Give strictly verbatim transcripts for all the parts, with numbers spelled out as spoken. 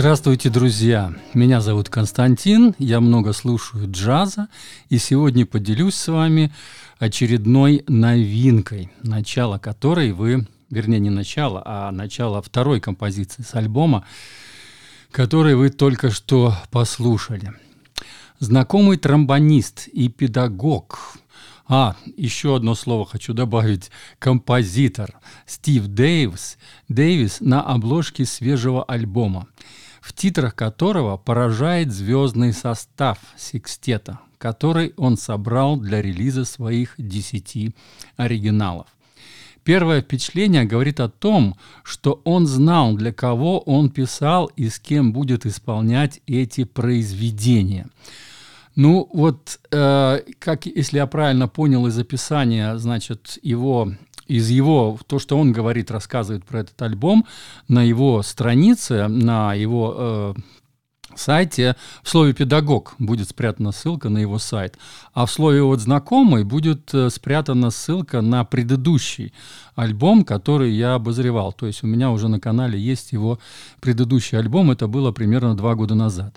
Здравствуйте, друзья! Меня зовут Константин, я много слушаю джаза, и сегодня поделюсь с вами очередной новинкой, начало которой вы, вернее, не начало, а начало второй композиции с альбома, который вы только что послушали. Знакомый тромбонист и педагог. А, еще одно слово хочу добавить. Композитор Стив Дэвис, Дэвис на обложке свежего альбома, в титрах которого поражает звездный состав секстета, который он собрал для релиза своих десяти оригиналов. Первое впечатление говорит о том, что он знал, для кого он писал и с кем будет исполнять эти произведения. Ну вот, э, как, если я правильно понял из описания, значит, его, из его, то, что он говорит, рассказывает про этот альбом, на его странице, на его э, сайте, в слове «педагог» будет спрятана ссылка на его сайт, а в слове вот «знакомый» будет э, спрятана ссылка на предыдущий альбом, который я обозревал. То есть у меня уже на канале есть его предыдущий альбом, это было примерно два года назад.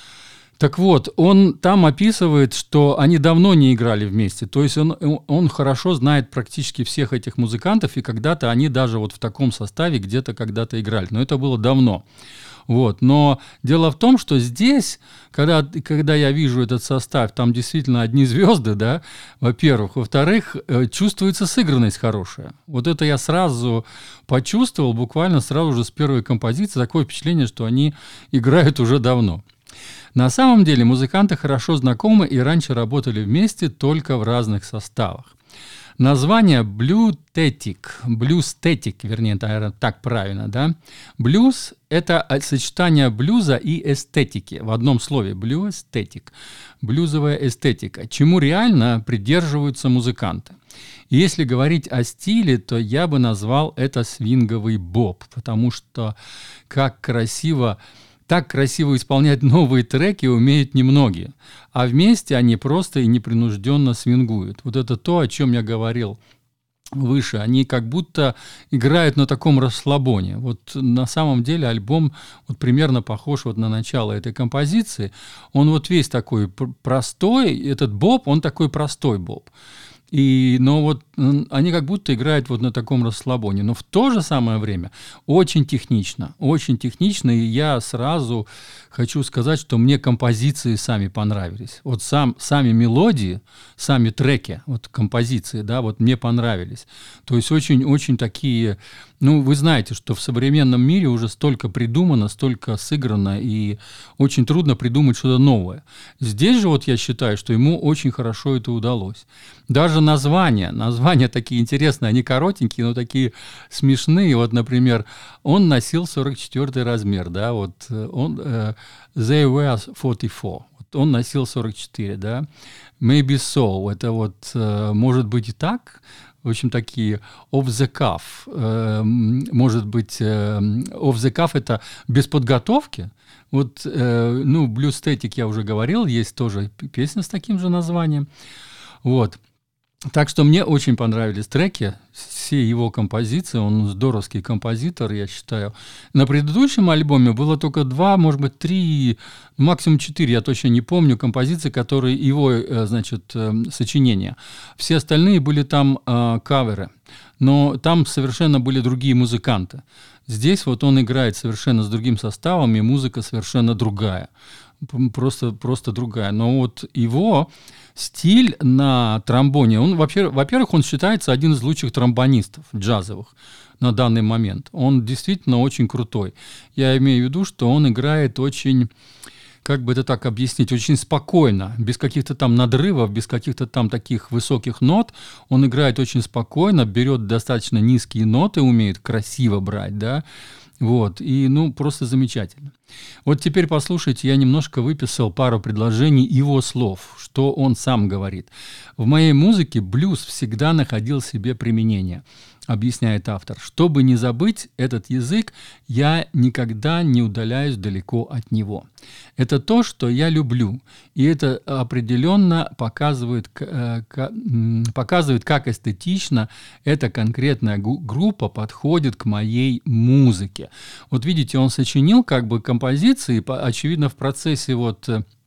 Так вот, он там описывает, что они давно не играли вместе. То есть он, он хорошо знает практически всех этих музыкантов, и когда-то они даже вот в таком составе где-то когда-то играли. Но это было давно. Вот. Но дело в том, что здесь, когда, когда я вижу этот состав, там действительно одни звезды, да, во-первых. Во-вторых, чувствуется сыгранность хорошая. Вот это я сразу почувствовал, буквально сразу же с первой композиции. Такое впечатление, что они играют уже давно. На самом деле музыканты хорошо знакомы и раньше работали вместе, только в разных составах. Название блюстетик, блюстетик, вернее, наверное, так правильно, да? Блюз – это сочетание блюза и эстетики. В одном слове – блюстетик, блюзовая эстетика, чему реально придерживаются музыканты. И если говорить о стиле, то я бы назвал это свинговый боб, потому что как красиво Так красиво исполнять новые треки умеют немногие, а вместе они просто и непринужденно свингуют. Вот это то, о чем я говорил выше. Они как будто играют на таком расслабоне. Вот на самом деле альбом вот примерно похож вот на начало этой композиции. Он вот весь такой простой, этот боб, он такой простой боб. И, но вот они как будто играют вот на таком расслабоне. Но в то же самое время очень технично. Очень технично. И я сразу хочу сказать, что мне композиции сами понравились. Вот сам, сами мелодии, сами треки, вот композиции, да, вот мне понравились. То есть очень-очень такие... Ну, вы знаете, что в современном мире уже столько придумано, столько сыграно, и очень трудно придумать что-то новое. Здесь же вот я считаю, что ему очень хорошо это удалось. Даже названия, названия такие интересные, они коротенькие, но такие смешные. Вот, например, он носил сорок четвёртый размер, да, вот он, uh, they were forty-four, вот он носил сорок четыре, да. Maybe so, это вот, uh, может быть и так. В общем, такие off the cuff. Э, может быть, э, off the cuff – это без подготовки. Вот, э, ну, блюстетик я уже говорил, есть тоже песня с таким же названием. Вот. Так что мне очень понравились треки, все его композиции, он здоровский композитор, я считаю. На предыдущем альбоме было только два, может быть, три, максимум четыре, я точно не помню, композиции, которые его, значит, сочинения. Все остальные были там э, каверы, но там совершенно были другие музыканты. Здесь вот он играет совершенно с другим составом, и музыка совершенно другая, просто, просто другая. Но вот его... стиль на тромбоне, он, во-первых, он считается один из лучших тромбонистов джазовых на данный момент. Он действительно очень крутой. Я имею в виду, что он играет очень, как бы это так объяснить, очень спокойно, без каких-то там надрывов, без каких-то там таких высоких нот. Он играет очень спокойно, берет достаточно низкие ноты, умеет красиво брать, да. Вот, и, ну, просто замечательно. Вот теперь послушайте, я немножко выписал пару предложений его слов, что он сам говорит. «В моей музыке блюз всегда находил себе применение», объясняет автор. «Чтобы не забыть этот язык, я никогда не удаляюсь далеко от него. Это то, что я люблю, и это определенно показывает, показывает, как эстетично эта конкретная группа подходит к моей музыке». Вот видите, он сочинил как бы композицию, композиции, очевидно, в процессе вот...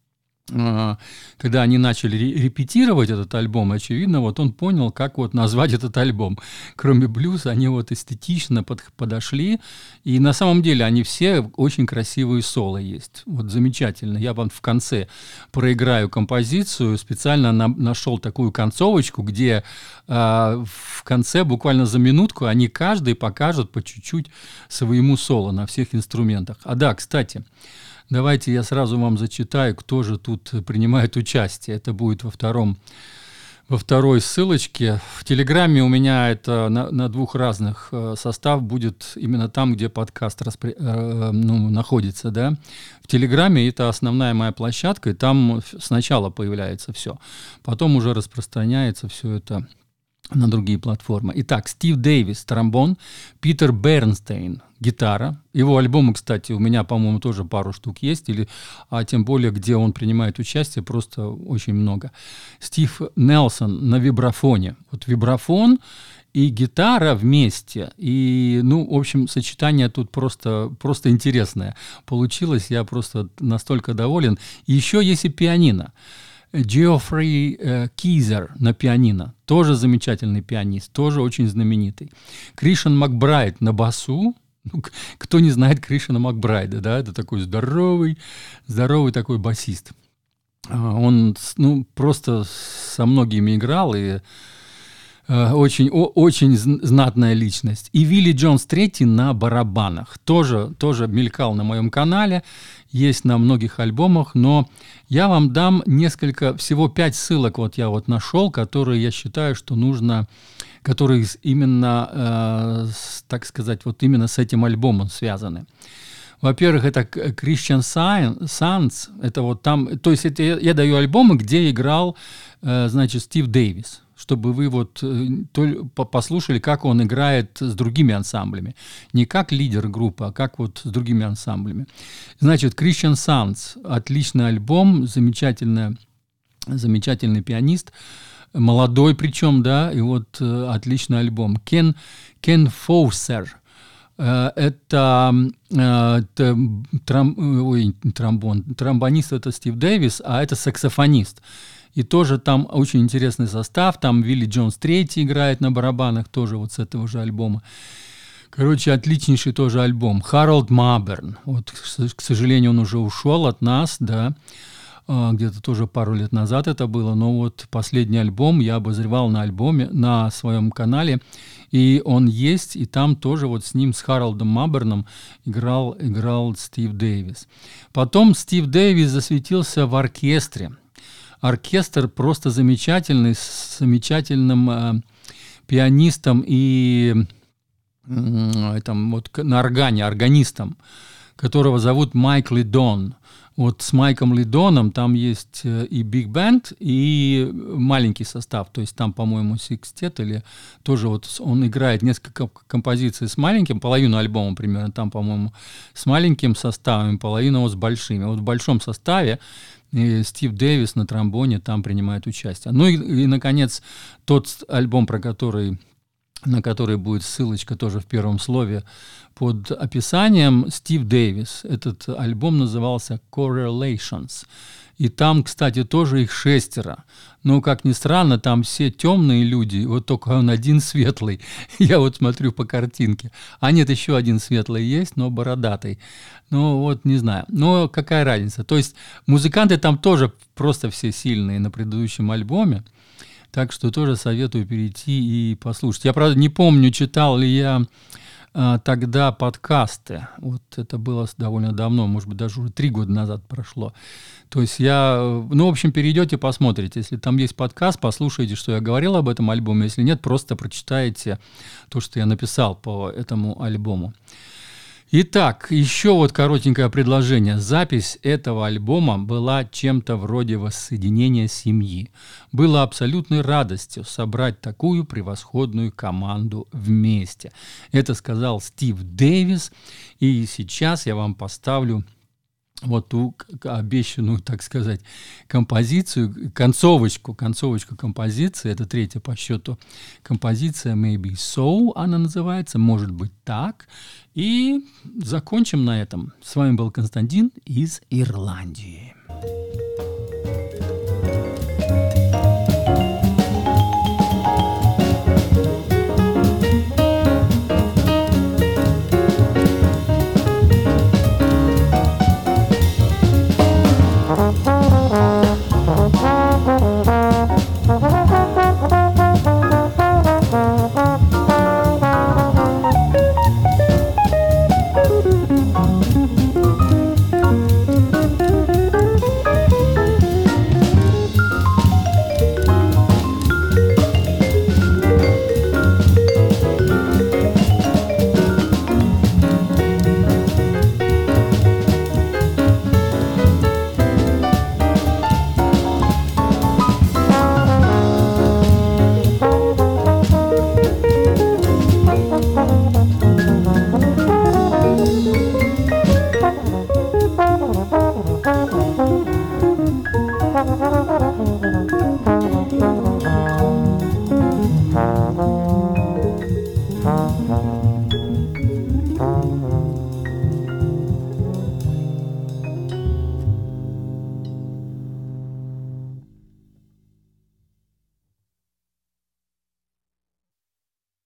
когда они начали репетировать этот альбом, очевидно, вот он понял, как вот назвать этот альбом. Кроме блюза, они вот эстетично под, подошли, и на самом деле они все очень красивые соло есть. Вот замечательно. Я вам в конце проиграю композицию, специально на, нашел такую концовочку, где э, в конце, буквально за минутку, они каждый покажут по чуть-чуть своему соло на всех инструментах. А да, кстати... Давайте я сразу вам зачитаю, кто же тут принимает участие. Это будет во втором, во второй ссылочке. В Телеграме у меня это на, на двух разных состав будет именно там, где подкаст распри, э, ну, находится. Да? В Телеграме это основная моя площадка, и там сначала появляется все. Потом уже распространяется все это на другие платформы. Итак, Стив Дэвис, тромбон, Питер Бернстейн, гитара. Его альбомы, кстати, у меня, по-моему, тоже пару штук есть, или, а тем более, где он принимает участие, просто очень много. Стив Нелсон на вибрафоне. Вот вибрафон и гитара вместе. И, ну, в общем, сочетание тут просто, просто интересное получилось. Я просто настолько доволен. И еще есть и пианино. Джеоффри э, Кизер на пианино, тоже замечательный пианист, тоже очень знаменитый. Кришен Макбрайд на басу. Ну, кто не знает Кришена Макбрайда, да, это такой здоровый, здоровый такой басист. Он, ну, просто со многими играл и э, очень, о, очень знатная личность. И Вилли Джонс третий на барабанах, тоже, тоже мелькал на моем канале. Есть на многих альбомах, но я вам дам несколько, всего пять ссылок, вот я вот нашел, которые я считаю, что нужно, которые именно, э, с, так сказать, вот именно с этим альбомом связаны. Во-первых, это Christian Science, это вот там, то есть это я, я даю альбомы, где играл, э, значит, Стив Дэвис, чтобы вы вот то, послушали, как он играет с другими ансамблями. Не как лидер группы, а как вот с другими ансамблями. Значит, Christian Science, отличный альбом, замечательный, замечательный пианист, молодой причем, да, и вот э, отличный альбом. Кен, Кен Фоусер. Э, это, э, это тром, ой, тромбон. Тромбонист это Стив Дэвис, а это саксофонист. И тоже там очень интересный состав. Там Вилли Джонс третий играет на барабанах, тоже вот с этого же альбома. Короче, отличнейший тоже альбом. Харолд Маберн. Вот, к сожалению, он уже ушел от нас, да. Где-то тоже пару лет назад это было. Но вот последний альбом я обозревал на альбоме, на своем канале. И он есть, и там тоже вот с ним, с Харолдом Маберном играл, играл Стив Дэвис. Потом Стив Дэвис засветился в оркестре. Оркестр просто замечательный, с замечательным э, пианистом и э, там, вот, на органе, органистом, которого зовут Майк Лидон. Вот с Майком Лидоном там есть э, и биг-бенд, и маленький состав. То есть там, по-моему, секстет, или тоже вот он играет несколько композиций с маленьким, половину альбома примерно, там, по-моему, с маленьким составом, половину вот с большими. Вот в большом составе и Стив Дэвис на тромбоне там принимает участие. Ну и, и, наконец, тот альбом, про который, на который будет ссылочка тоже в первом слове под описанием, Стив Дэвис. Этот альбом назывался Correlations. И там, кстати, тоже их шестеро. Но, как ни странно, там все темные люди, вот только он один светлый. Я вот смотрю по картинке. А нет, еще один светлый есть, но бородатый. Ну, вот не знаю. Но какая разница? То есть музыканты там тоже просто все сильные на предыдущем альбоме. Так что тоже советую перейти и послушать. Я, правда, не помню, читал ли я а, тогда подкасты. Вот это было довольно давно, может быть, даже уже три года назад прошло. То есть я, ну, в общем, перейдете, посмотрите. Если там есть подкаст, послушайте, что я говорил об этом альбоме. Если нет, просто прочитайте то, что я написал по этому альбому. Итак, еще вот коротенькое предложение. Запись этого альбома была чем-то вроде воссоединения семьи. Было абсолютной радостью собрать такую превосходную команду вместе. Это сказал Стив Дэвис. И сейчас я вам поставлю вот ту к- обещанную, так сказать, композицию, концовочку, концовочку композиции, это третья по счету композиция Maybe So, она называется, может быть так. И закончим на этом. С вами был Константин из Ирландии.